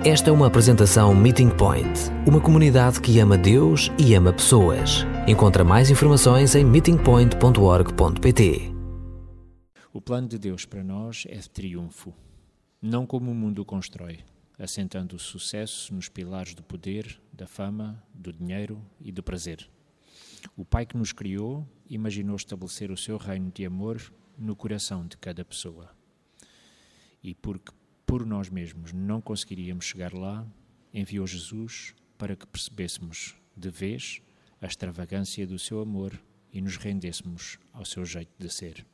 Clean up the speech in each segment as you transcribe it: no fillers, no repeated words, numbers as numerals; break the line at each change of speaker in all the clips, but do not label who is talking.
Esta é uma apresentação Meeting Point, uma comunidade que ama Deus e ama pessoas. Encontra mais informações em meetingpoint.org.pt.
O plano de Deus para nós é de triunfo, não como o mundo o constrói, assentando o sucesso nos pilares do poder, da fama, do dinheiro e do prazer. O Pai que nos criou imaginou estabelecer o seu reino de amor no coração de cada pessoa. E porque por nós mesmos não conseguiríamos chegar lá, enviou Jesus para que percebêssemos de vez a extravagância do seu amor e nos rendêssemos ao seu jeito de ser.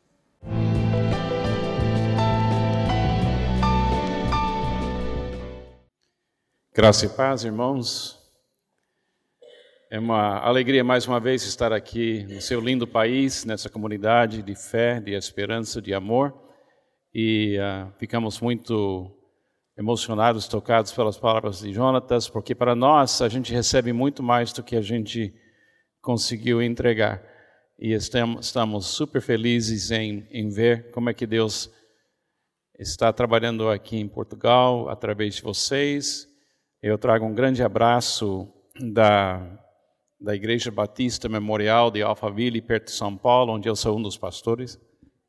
Graça e paz, irmãos. É uma alegria mais uma vez estar aqui no seu lindo país, nessa comunidade de fé, de esperança, de amor. E ficamos muito emocionados, tocados pelas palavras de Jonatas, porque para nós a gente recebe muito mais do que a gente conseguiu entregar. E estamos super felizes em ver como é que Deus está trabalhando aqui em Portugal, através de vocês. Eu trago um grande abraço da Igreja Batista Memorial de Alphaville, perto de São Paulo, onde eu sou um dos pastores.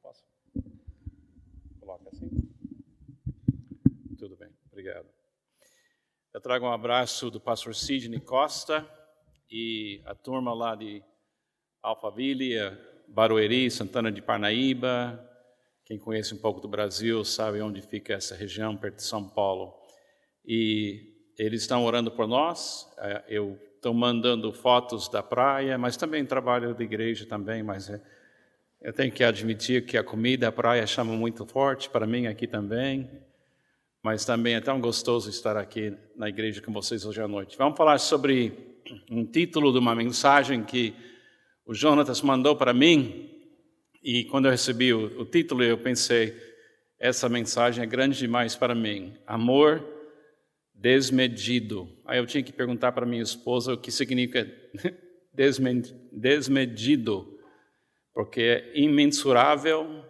Tudo bem, obrigado. Eu trago um abraço do pastor Sidney Costa e a turma lá de Alphaville, Barueri, Santana de Parnaíba. Quem conhece um pouco do Brasil sabe onde fica essa região, perto de São Paulo. E eles estão orando por nós. Eu estou mandando fotos da praia, mas também trabalho da igreja também, mas eu tenho que admitir que a comida, a praia chama muito forte para mim aqui também, mas também é tão gostoso estar aqui na igreja com vocês hoje à noite. Vamos falar sobre um título de uma mensagem que o Jonatas mandou para mim, e quando eu recebi o título eu pensei, essa mensagem é grande demais para mim. Amor desmedido. Aí eu tinha que perguntar para minha esposa o que significa desmedido, porque é imensurável,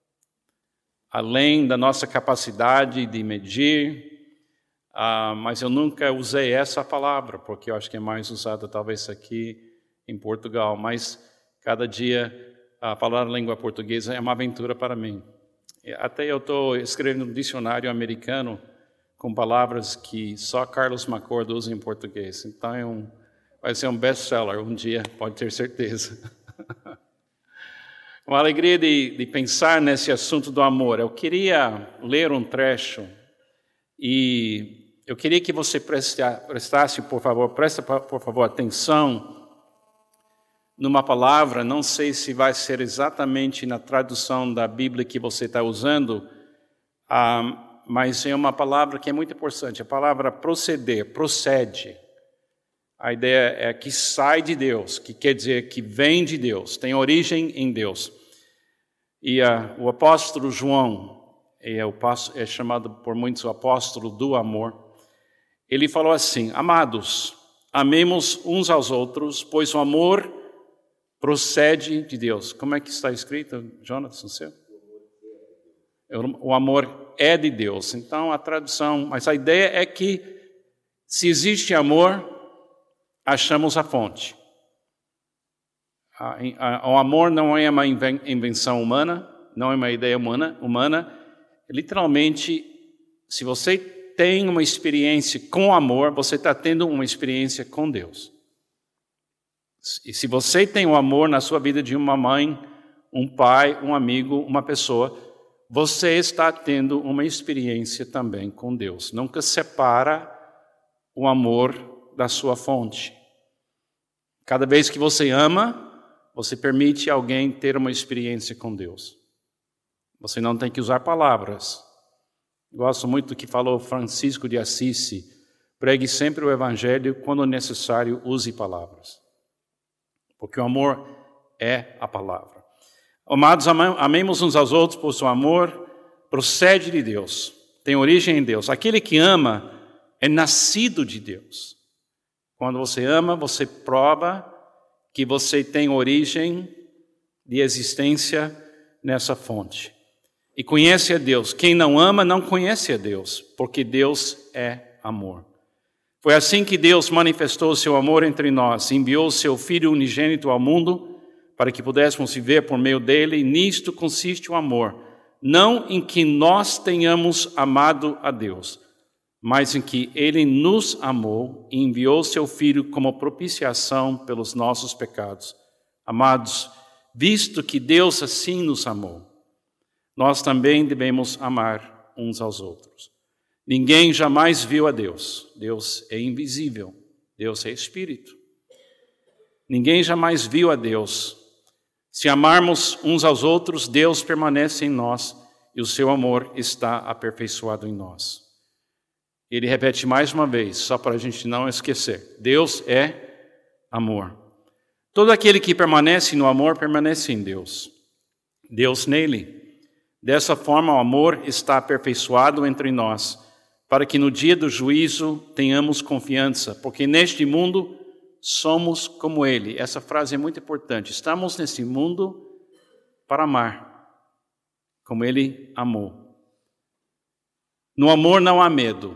além da nossa capacidade de medir, mas eu nunca usei essa palavra, porque eu acho que é mais usada talvez aqui em Portugal, mas cada dia a palavra língua portuguesa é uma aventura para mim. Até eu estou escrevendo um dicionário americano com palavras que só Carlos McCord usa em português. Então vai ser um best-seller um dia, pode ter certeza. Uma alegria de pensar nesse assunto do amor. Eu queria ler um trecho e eu queria que você prestasse, por favor, atenção numa palavra. Não sei se vai ser exatamente na tradução da Bíblia que você está usando, mas é uma palavra que é muito importante, a palavra proceder, procede. A ideia é que sai de Deus, que quer dizer que vem de Deus, tem origem em Deus. E o apóstolo João, é chamado por muitos o apóstolo do amor, ele falou assim: amados, amemos uns aos outros, pois o amor procede de Deus. Como é que está escrito, Jonas, no seu? O amor é de Deus. Então a tradução, mas a ideia é que se existe amor, achamos a fonte. O amor não é uma invenção humana, não é uma ideia humana. Literalmente, se você tem uma experiência com amor, você está tendo uma experiência com Deus. E se você tem o amor na sua vida de uma mãe, um pai, um amigo, uma pessoa, você está tendo uma experiência também com Deus. Nunca separa o amor da sua fonte. Cada vez que você ama, você permite alguém ter uma experiência com Deus. Você não tem que usar palavras. Gosto muito do que falou Francisco de Assisi. Pregue sempre o evangelho, quando necessário, use palavras. Porque o amor é a palavra. Amados, amemos uns aos outros, pois o amor procede de Deus, tem origem em Deus. Aquele que ama é nascido de Deus. Quando você ama, você prova que você tem origem de existência nessa fonte. E conhece a Deus. Quem não ama não conhece a Deus, porque Deus é amor. Foi assim que Deus manifestou seu amor entre nós, enviou seu Filho unigênito ao mundo para que pudéssemos viver por meio dele, e nisto consiste o amor, não em que nós tenhamos amado a Deus, mas em que ele nos amou e enviou seu Filho como propiciação pelos nossos pecados. Amados, visto que Deus assim nos amou, nós também devemos amar uns aos outros. Ninguém jamais viu a Deus. Deus é invisível. Deus é Espírito. Ninguém jamais viu a Deus. Se amarmos uns aos outros, Deus permanece em nós e o seu amor está aperfeiçoado em nós. Ele repete mais uma vez, só para a gente não esquecer. Deus é amor. Todo aquele que permanece no amor, permanece em Deus. Deus nele. Dessa forma, o amor está aperfeiçoado entre nós, para que no dia do juízo tenhamos confiança, porque neste mundo somos como Ele. Essa frase é muito importante. Estamos nesse mundo para amar, como Ele amou. No amor não há medo.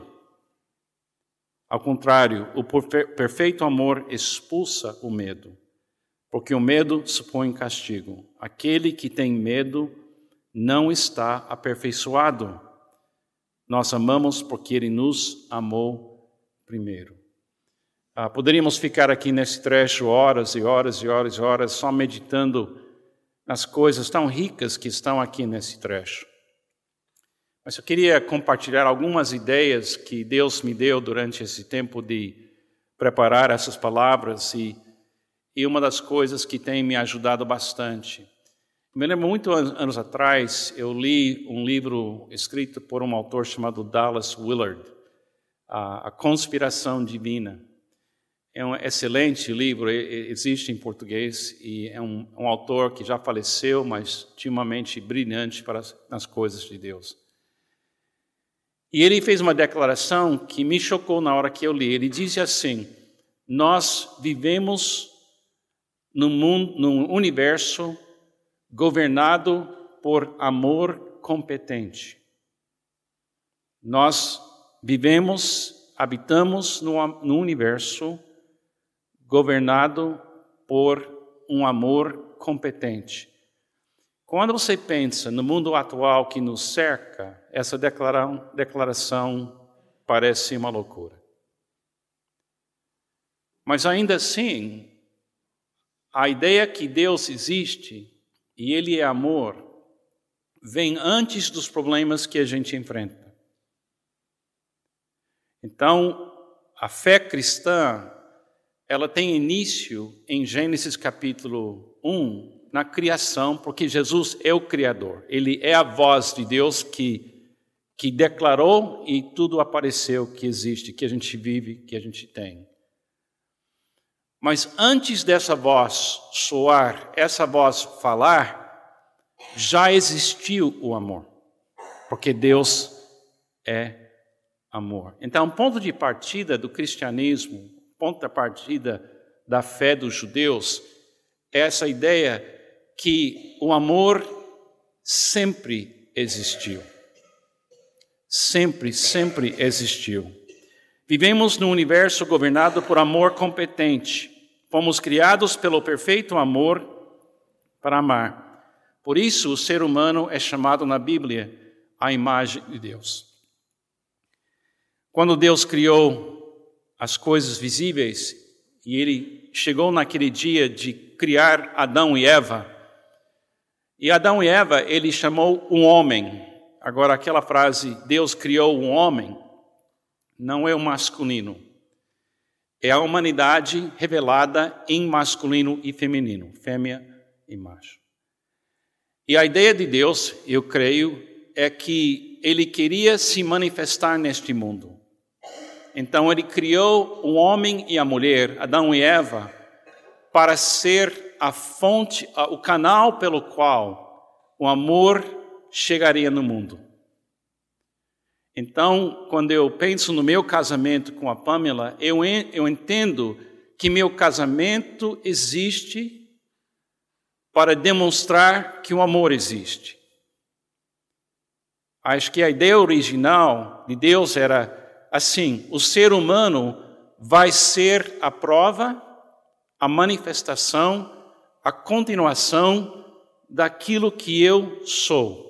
Ao contrário, o perfeito amor expulsa o medo, porque o medo supõe castigo. Aquele que tem medo não está aperfeiçoado. Nós amamos porque Ele nos amou primeiro. Poderíamos ficar aqui nesse trecho horas e horas e horas e horas só meditando nas coisas tão ricas que estão aqui nesse trecho. Mas eu queria compartilhar algumas ideias que Deus me deu durante esse tempo de preparar essas palavras e uma das coisas que tem me ajudado bastante. Me lembro muitos anos atrás, eu li um livro escrito por um autor chamado Dallas Willard, A Conspiração Divina. É um excelente livro, existe em português, e é um autor que já faleceu, mas tinha uma mente brilhante nas coisas de Deus. E ele fez uma declaração que me chocou na hora que eu li. Ele disse assim: nós vivemos num universo governado por amor competente. Nós habitamos no universo governado por um amor competente. Quando você pensa no mundo atual que nos cerca, essa declaração parece uma loucura. Mas ainda assim, a ideia que Deus existe e Ele é amor, vem antes dos problemas que a gente enfrenta. Então, a fé cristã, ela tem início em Gênesis capítulo 1, na criação, porque Jesus é o Criador. Ele é a voz de Deus que declarou e tudo apareceu que existe, que a gente vive, que a gente tem. Mas antes dessa voz soar, essa voz falar, já existiu o amor, porque Deus é amor. Então, ponto de partida do cristianismo, ponto de partida da fé dos judeus, é essa ideia que o amor sempre existiu. Sempre, sempre existiu. Vivemos num universo governado por amor competente. Fomos criados pelo perfeito amor para amar. Por isso, o ser humano é chamado na Bíblia a imagem de Deus. Quando Deus criou as coisas visíveis, e Ele chegou naquele dia de criar Adão e Eva, e Adão e Eva, Ele chamou um homem. Agora, aquela frase, Deus criou um homem, não é o masculino. É a humanidade revelada em masculino e feminino, fêmea e macho. E a ideia de Deus, eu creio, é que Ele queria se manifestar neste mundo. Então Ele criou o homem e a mulher, Adão e Eva, para ser a fonte, o canal pelo qual o amor chegaria no mundo. Então, quando eu penso no meu casamento com a Pamela, eu entendo que meu casamento existe para demonstrar que o amor existe. Acho que a ideia original de Deus era assim, o ser humano vai ser a prova, a manifestação, a continuação daquilo que eu sou.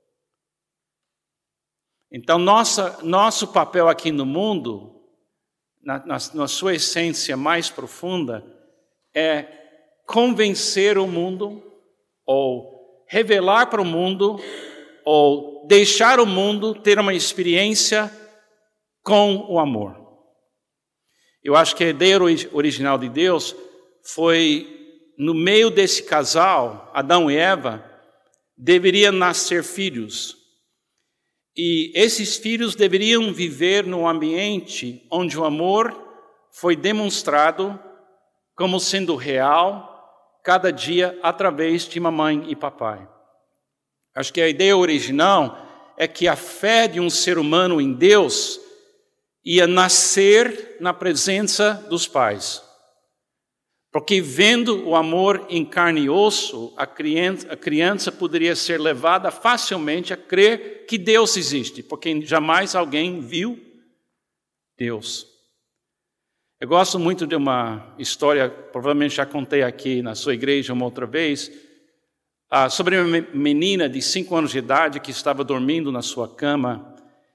Então, nosso papel aqui no mundo, na sua essência mais profunda, é convencer o mundo, ou revelar para o mundo, ou deixar o mundo ter uma experiência com o amor. Eu acho que a ideia original de Deus foi, no meio desse casal, Adão e Eva, deveriam nascer filhos. E esses filhos deveriam viver num ambiente onde o amor foi demonstrado como sendo real, cada dia, através de mamãe e papai. Acho que a ideia original é que a fé de um ser humano em Deus ia nascer na presença dos pais. Porque vendo o amor em carne e osso, a criança poderia ser levada facilmente a crer que Deus existe, porque jamais alguém viu Deus. Eu gosto muito de uma história, provavelmente já contei aqui na sua igreja uma outra vez, sobre uma menina de 5 anos de idade que estava dormindo na sua cama,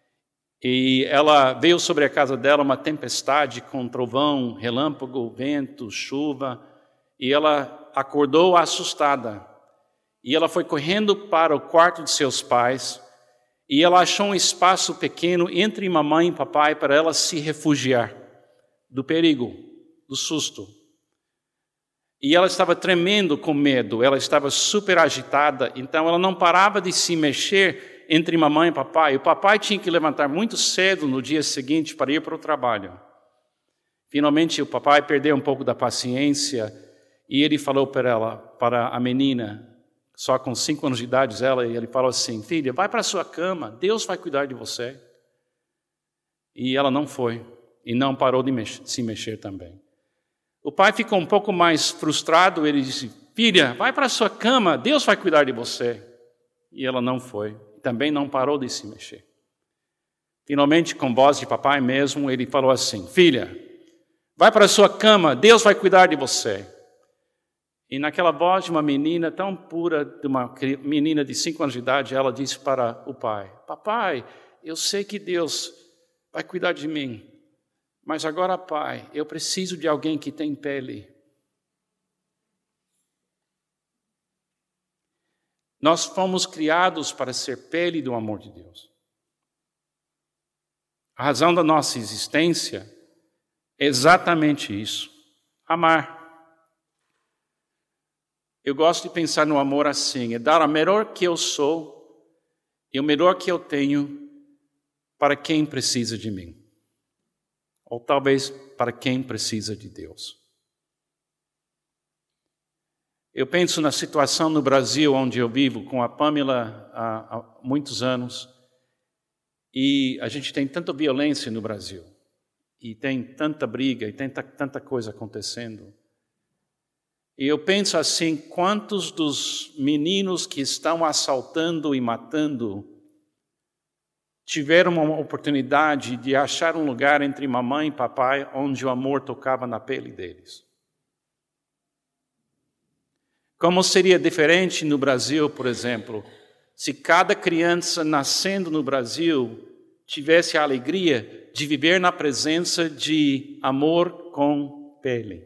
e ela veio sobre a casa dela uma tempestade com trovão, relâmpago, vento, chuva, e ela acordou assustada. E ela foi correndo para o quarto de seus pais, e ela achou um espaço pequeno entre mamãe e papai para ela se refugiar do perigo, do susto. E ela estava tremendo com medo, ela estava super agitada, então ela não parava de se mexer entre mamãe e papai. O papai tinha que levantar muito cedo no dia seguinte para ir para o trabalho. Finalmente, o papai perdeu um pouco da paciência e ele falou para a menina, só com 5 anos de idade, ele falou assim: filha, vai para a sua cama, Deus vai cuidar de você. E ela não foi, e não parou de se mexer também. O pai ficou um pouco mais frustrado, ele disse: filha, vai para a sua cama, Deus vai cuidar de você. E ela não foi. Também não parou de se mexer. Finalmente, com voz de papai mesmo, ele falou assim: filha, vai para a sua cama, Deus vai cuidar de você. E naquela voz de uma menina tão pura, de uma menina de 5 anos de idade, ela disse para o pai: papai, eu sei que Deus vai cuidar de mim, mas agora, pai, eu preciso de alguém que tem pele. Nós fomos criados para ser pele do amor de Deus. A razão da nossa existência é exatamente isso: amar. Eu gosto de pensar no amor assim: é dar o melhor que eu sou e o melhor que eu tenho para quem precisa de mim. Ou talvez para quem precisa de Deus. Eu penso na situação no Brasil, onde eu vivo, com a Pamela há muitos anos, e a gente tem tanta violência no Brasil, e tem tanta briga, e tem tanta coisa acontecendo. E eu penso assim: quantos dos meninos que estão assaltando e matando tiveram uma oportunidade de achar um lugar entre mamãe e papai onde o amor tocava na pele deles? Como seria diferente no Brasil, por exemplo, se cada criança nascendo no Brasil tivesse a alegria de viver na presença de amor com pele?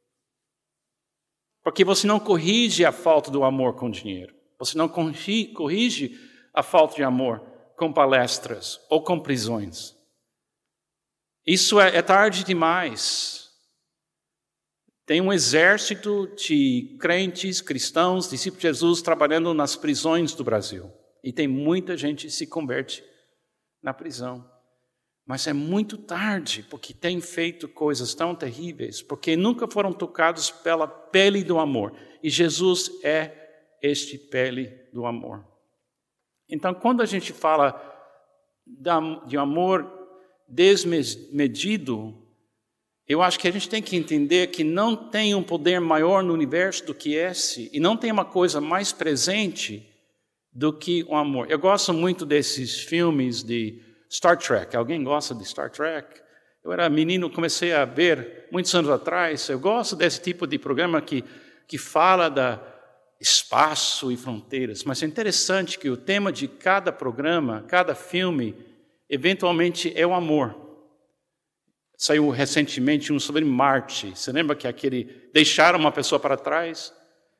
Porque você não corrige a falta do amor com dinheiro. Você não corrige a falta de amor com palestras ou com prisões. Isso é tarde demais. Tem um exército de crentes, cristãos, discípulos de Jesus trabalhando nas prisões do Brasil. E tem muita gente que se converte na prisão. Mas é muito tarde, porque tem feito coisas tão terríveis, porque nunca foram tocados pela pele do amor. E Jesus é este pele do amor. Então, quando a gente fala de amor desmedido, eu acho que a gente tem que entender que não tem um poder maior no universo do que esse, e não tem uma coisa mais presente do que o amor. Eu gosto muito desses filmes Star Trek. Alguém gosta de Star Trek? Eu era menino, comecei a ver muitos anos atrás. Eu gosto desse tipo de programa que fala da espaço e fronteiras. Mas é interessante que o tema de cada programa, cada filme, eventualmente é o amor. Saiu recentemente um sobre Marte. Você lembra que deixaram uma pessoa para trás?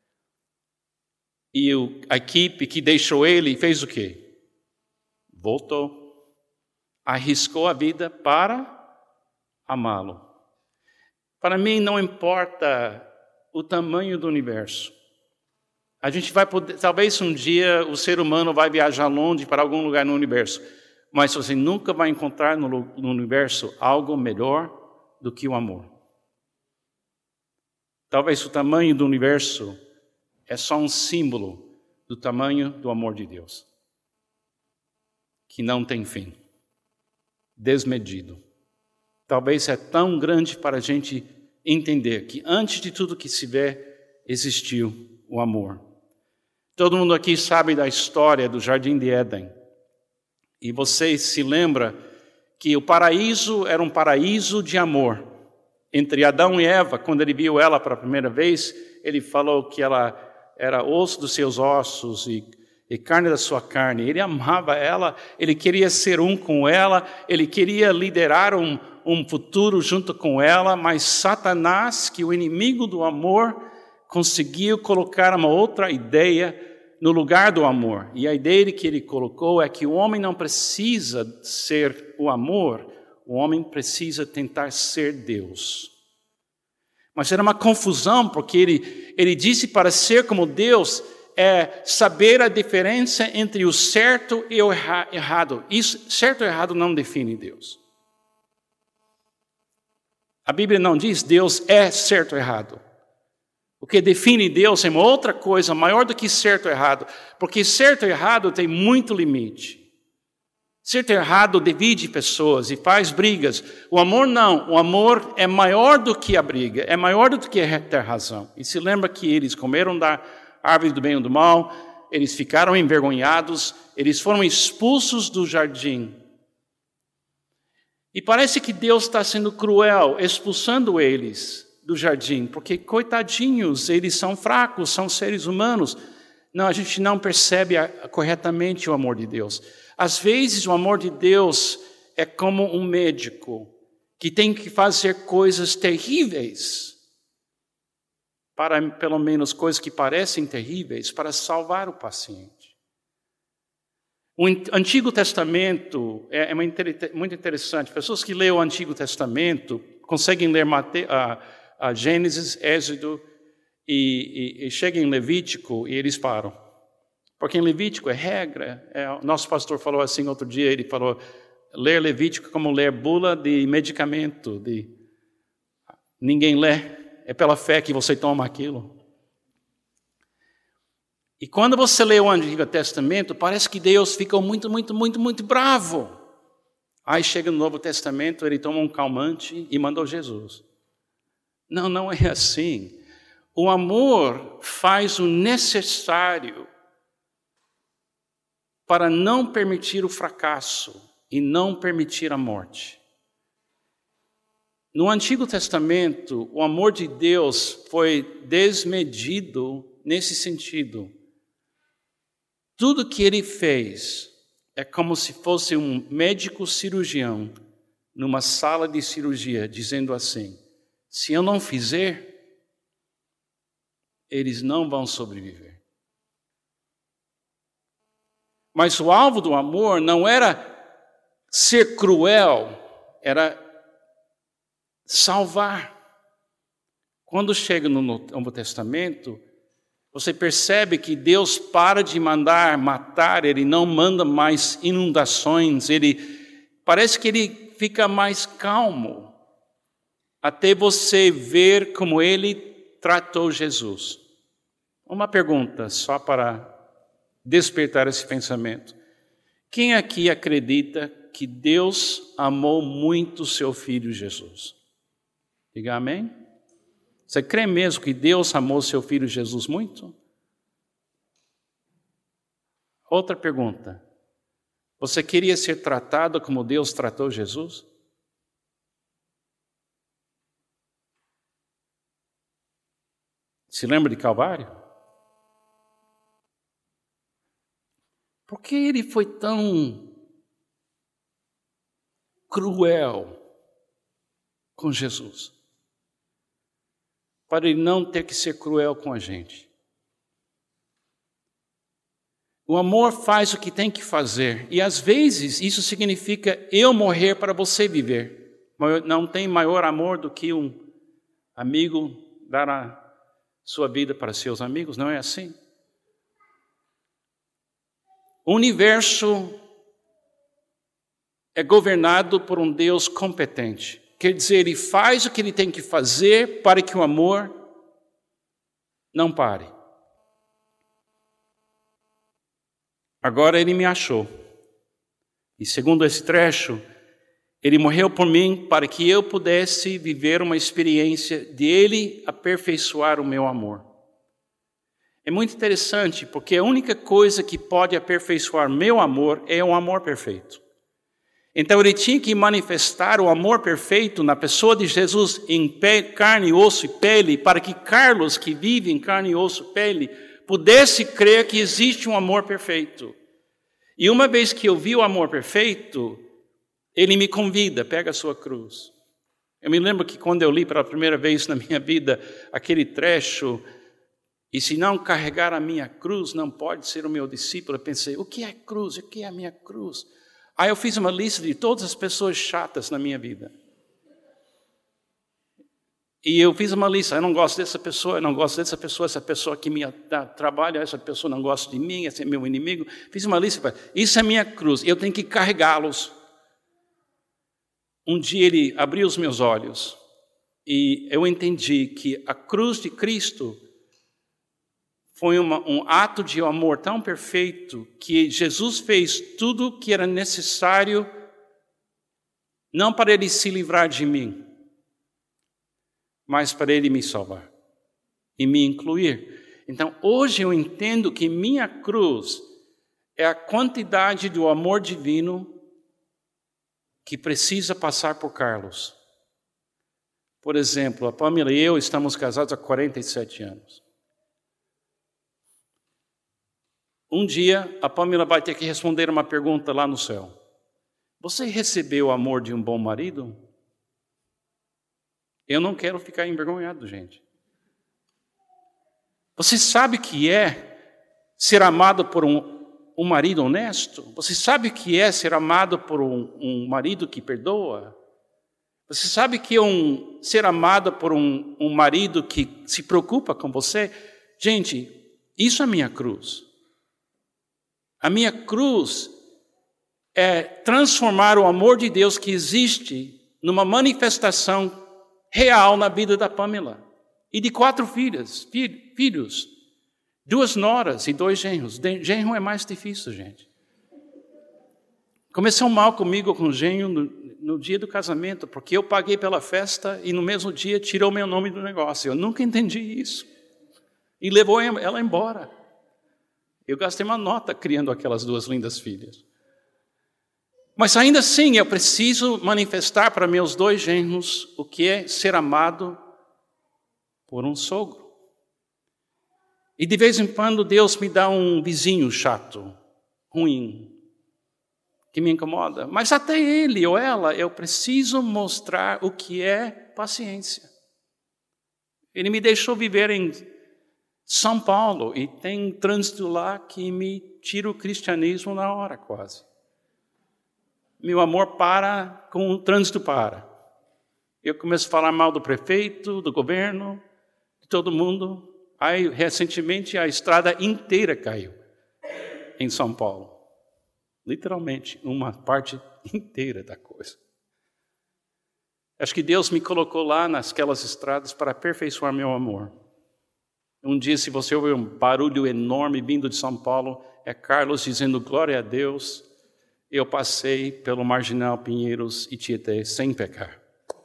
E a equipe que deixou ele fez o quê? Voltou. Arriscou a vida para amá-lo. Para mim não importa o tamanho do universo. A gente vai poder, talvez um dia o ser humano vai viajar longe para algum lugar no universo, mas você nunca vai encontrar no universo algo melhor do que o amor. Talvez o tamanho do universo é só um símbolo do tamanho do amor de Deus, que não tem fim, desmedido. Talvez é tão grande para a gente entender que antes de tudo que se vê, existiu o amor. Todo mundo aqui sabe da história do Jardim de Éden. E você se lembra que o paraíso era um paraíso de amor. Entre Adão e Eva, quando ele viu ela pela primeira vez, ele falou que ela era osso dos seus ossos e carne da sua carne. Ele amava ela, ele queria ser um com ela, ele queria liderar um futuro junto com ela, mas Satanás, que é o inimigo do amor, conseguiu colocar uma outra ideia no lugar do amor. E a ideia que ele colocou é que o homem não precisa ser o amor, o homem precisa tentar ser Deus. Mas era uma confusão, porque ele disse para ser como Deus é saber a diferença entre o certo e o errado. Isso, certo e errado não define Deus. A Bíblia não diz Deus é certo ou errado. O que define Deus é uma outra coisa maior do que certo ou errado, porque certo e errado tem muito limite. Certo e errado divide pessoas e faz brigas. O amor não, o amor é maior do que a briga, é maior do que ter razão. E se lembra que eles comeram da árvore do bem e do mal, eles ficaram envergonhados, eles foram expulsos do jardim. E parece que Deus está sendo cruel, expulsando eles do jardim, porque coitadinhos, eles são fracos, são seres humanos. Não, a gente não percebe corretamente o amor de Deus. Às vezes o amor de Deus é como um médico que tem que fazer coisas terríveis, para pelo menos coisas que parecem terríveis, para salvar o paciente. O Antigo Testamento é muito interessante. Pessoas que leem o Antigo Testamento conseguem ler a Gênesis, Êxodo e chegam em Levítico e eles param. Porque em Levítico é regra. Nosso pastor falou assim outro dia, ele falou, ler Levítico como ler bula de medicamento. Ninguém lê, é pela fé que você toma aquilo. E quando você lê o Antigo Testamento, parece que Deus ficou muito, muito, muito, muito bravo. Aí chega no Novo Testamento, ele toma um calmante e mandou Jesus. Não, não é assim. O amor faz o necessário para não permitir o fracasso e não permitir a morte. No Antigo Testamento, o amor de Deus foi desmedido nesse sentido. Tudo que ele fez é como se fosse um médico cirurgião numa sala de cirurgia, dizendo assim, se eu não fizer, eles não vão sobreviver. Mas o alvo do amor não era ser cruel, era salvar. Quando chega no Novo Testamento, você percebe que Deus para de mandar matar, Ele não manda mais inundações, parece que Ele fica mais calmo, até você ver como Ele tratou Jesus. Uma pergunta, só para despertar esse pensamento. Quem aqui acredita que Deus amou muito seu Filho Jesus? Diga amém. Você crê mesmo que Deus amou seu Filho Jesus muito? Outra pergunta. Você queria ser tratado como Deus tratou Jesus? Se lembra de Calvário? Por que ele foi tão cruel com Jesus? Para ele não ter que ser cruel com a gente. O amor faz o que tem que fazer. E às vezes isso significa eu morrer para você viver. Não tem maior amor do que um amigo dar a sua vida para seus amigos, não é assim? O universo é governado por um Deus competente. Quer dizer, ele faz o que ele tem que fazer para que o amor não pare. Agora ele me achou. E segundo esse trecho, ele morreu por mim para que eu pudesse viver uma experiência de ele aperfeiçoar o meu amor. É muito interessante, porque a única coisa que pode aperfeiçoar meu amor é um amor perfeito. Então ele tinha que manifestar o amor perfeito na pessoa de Jesus em carne, osso e pele, para que Carlos, que vive em carne, osso e pele, pudesse crer que existe um amor perfeito. E uma vez que eu vi o amor perfeito, ele me convida, pega a sua cruz. Eu me lembro que quando eu li pela primeira vez na minha vida aquele trecho, e se não carregar a minha cruz, não pode ser o meu discípulo, eu pensei, o que é cruz? O que é a minha cruz? Aí eu fiz uma lista de todas as pessoas chatas na minha vida. E eu fiz uma lista, eu não gosto dessa pessoa, eu não gosto dessa pessoa, essa pessoa que me dá trabalho, essa pessoa não gosta de mim, esse é meu inimigo. Fiz uma lista, isso é minha cruz, eu tenho que carregá-los. Um dia ele abriu os meus olhos e eu entendi que a cruz de Cristo foi um ato de amor tão perfeito que Jesus fez tudo o que era necessário, não para ele se livrar de mim, mas para ele me salvar e me incluir. Então, hoje eu entendo que minha cruz é a quantidade do amor divino que precisa passar por Carlos. Por exemplo, a Pamela e eu estamos casados há 47 anos. Um dia, a Pamela vai ter que responder uma pergunta lá no céu. Você recebeu o amor de um bom marido? Eu não quero ficar envergonhado, gente. Você sabe o que é ser amado por um marido honesto? Você sabe o que é ser amado por um marido que perdoa? Você sabe o que é ser amado por um marido que se preocupa com você? Gente, isso é a minha cruz. A minha cruz é transformar o amor de Deus que existe numa manifestação real na vida da Pamela. E de 4 filhos, 2 noras e 2 genros. Genro é mais difícil, gente. Começou mal comigo com o genro no dia do casamento, porque eu paguei pela festa e no mesmo dia tirou meu nome do negócio. Eu nunca entendi isso. E levou ela embora. Eu gastei uma nota criando aquelas 2 lindas filhas. Mas ainda assim eu preciso manifestar para meus 2 genros o que é ser amado por um sogro. E de vez em quando Deus me dá um vizinho chato, ruim, que me incomoda. Mas até ele ou ela, eu preciso mostrar o que é paciência. Ele me deixou viver em São Paulo e tem trânsito lá que me tira o cristianismo na hora quase. Meu amor para com o trânsito para. Eu começo a falar mal do prefeito, do governo, de todo mundo. Aí, recentemente, a estrada inteira caiu em São Paulo. Literalmente, uma parte inteira da coisa. Acho que Deus me colocou lá naquelas estradas para aperfeiçoar meu amor. Um dia, se você ouvir um barulho enorme vindo de São Paulo, é Carlos dizendo glória a Deus, eu passei pelo Marginal Pinheiros e Tietê sem pecar.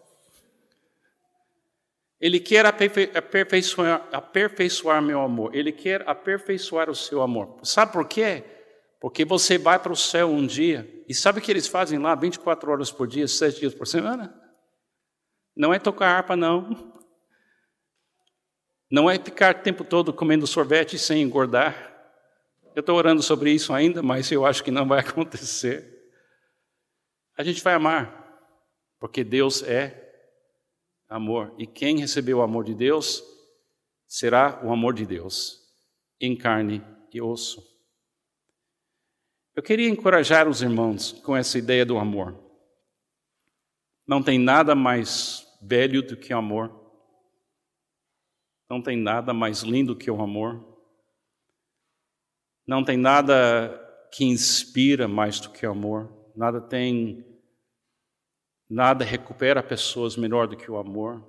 Ele quer aperfeiçoar meu amor. Ele quer aperfeiçoar o seu amor. Sabe por quê? Porque você vai para o céu um dia, e sabe o que eles fazem lá 24 horas por dia, 7 dias por semana? Não é tocar harpa, não. Não é ficar o tempo todo comendo sorvete sem engordar. Eu estou orando sobre isso ainda, mas eu acho que não vai acontecer. A gente vai amar, porque Deus é amor. E quem recebeu o amor de Deus, será o amor de Deus, em carne e osso. Eu queria encorajar os irmãos com essa ideia do amor. Não tem nada mais velho do que o amor. Não tem nada mais lindo que o amor. Não tem nada que inspira mais do que o amor. Nada recupera pessoas melhor do que o amor.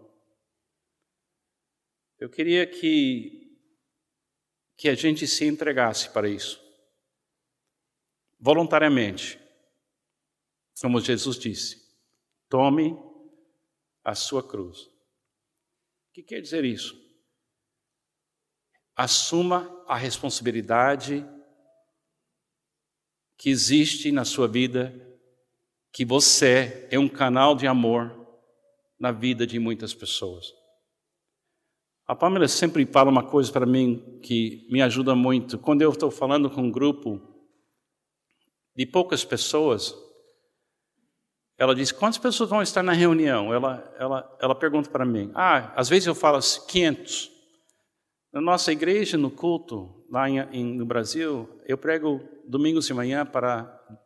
Eu queria que a gente se entregasse para isso. Voluntariamente. Como Jesus disse, tome a sua cruz. O que quer dizer isso? Assuma a responsabilidade que existe na sua vida, que você é um canal de amor na vida de muitas pessoas. A Pamela sempre fala uma coisa para mim que me ajuda muito. Quando eu estou falando com um grupo de poucas pessoas, ela diz, quantas pessoas vão estar na reunião? Ela pergunta para mim. Às vezes eu falo 500. Na nossa igreja, no culto, lá no Brasil, eu prego domingos de manhã para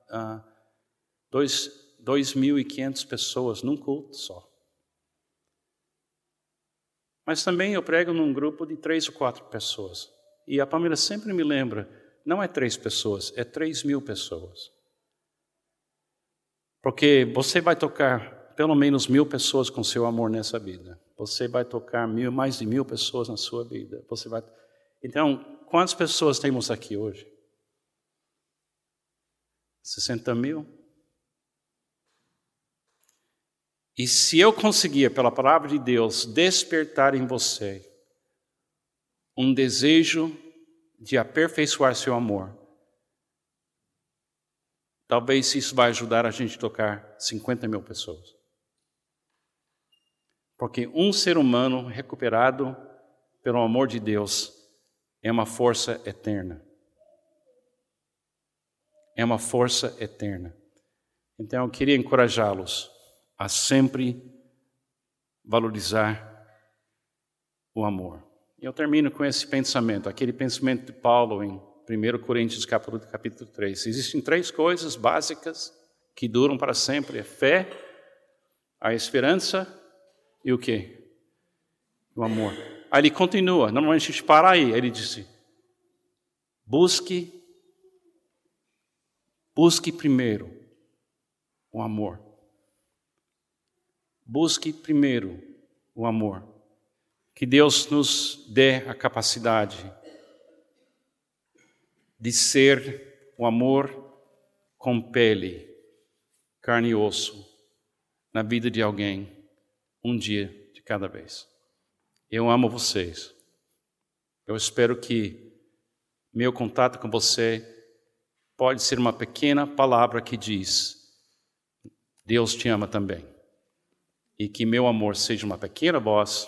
2.500 pessoas num culto só. Mas também eu prego num grupo de 3 ou 4 pessoas. E a Pamela sempre me lembra, não é 3 pessoas, é 3.000 pessoas. Porque você vai tocar pelo menos 1.000 pessoas com seu amor nessa vida. Você vai tocar mais de 1.000 pessoas na sua vida. Então, quantas pessoas temos aqui hoje? 60.000? E se eu conseguir, pela palavra de Deus, despertar em você um desejo de aperfeiçoar seu amor, talvez isso vai ajudar a gente a tocar 50.000 pessoas. Porque um ser humano recuperado pelo amor de Deus é uma força eterna. É uma força eterna. Então eu queria encorajá-los a sempre valorizar o amor. E eu termino com esse pensamento, aquele pensamento de Paulo em 1 Coríntios capítulo 3. Existem 3 coisas básicas que duram para sempre: a fé, a esperança e o quê? O amor. Aí ele continua, normalmente a gente para aí, ele disse, busque primeiro o amor. Busque primeiro o amor. Que Deus nos dê a capacidade de ser o amor com pele, carne e osso, na vida de alguém. Um dia de cada vez. Eu amo vocês. Eu espero que meu contato com você pode ser uma pequena palavra que diz, Deus te ama também. E que meu amor seja uma pequena voz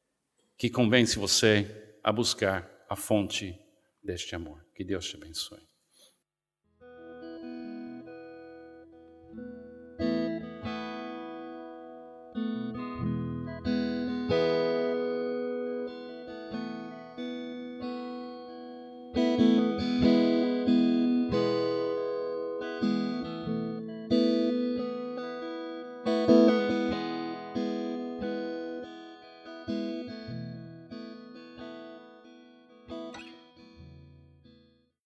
que convence você a buscar a fonte deste amor. Que Deus te abençoe.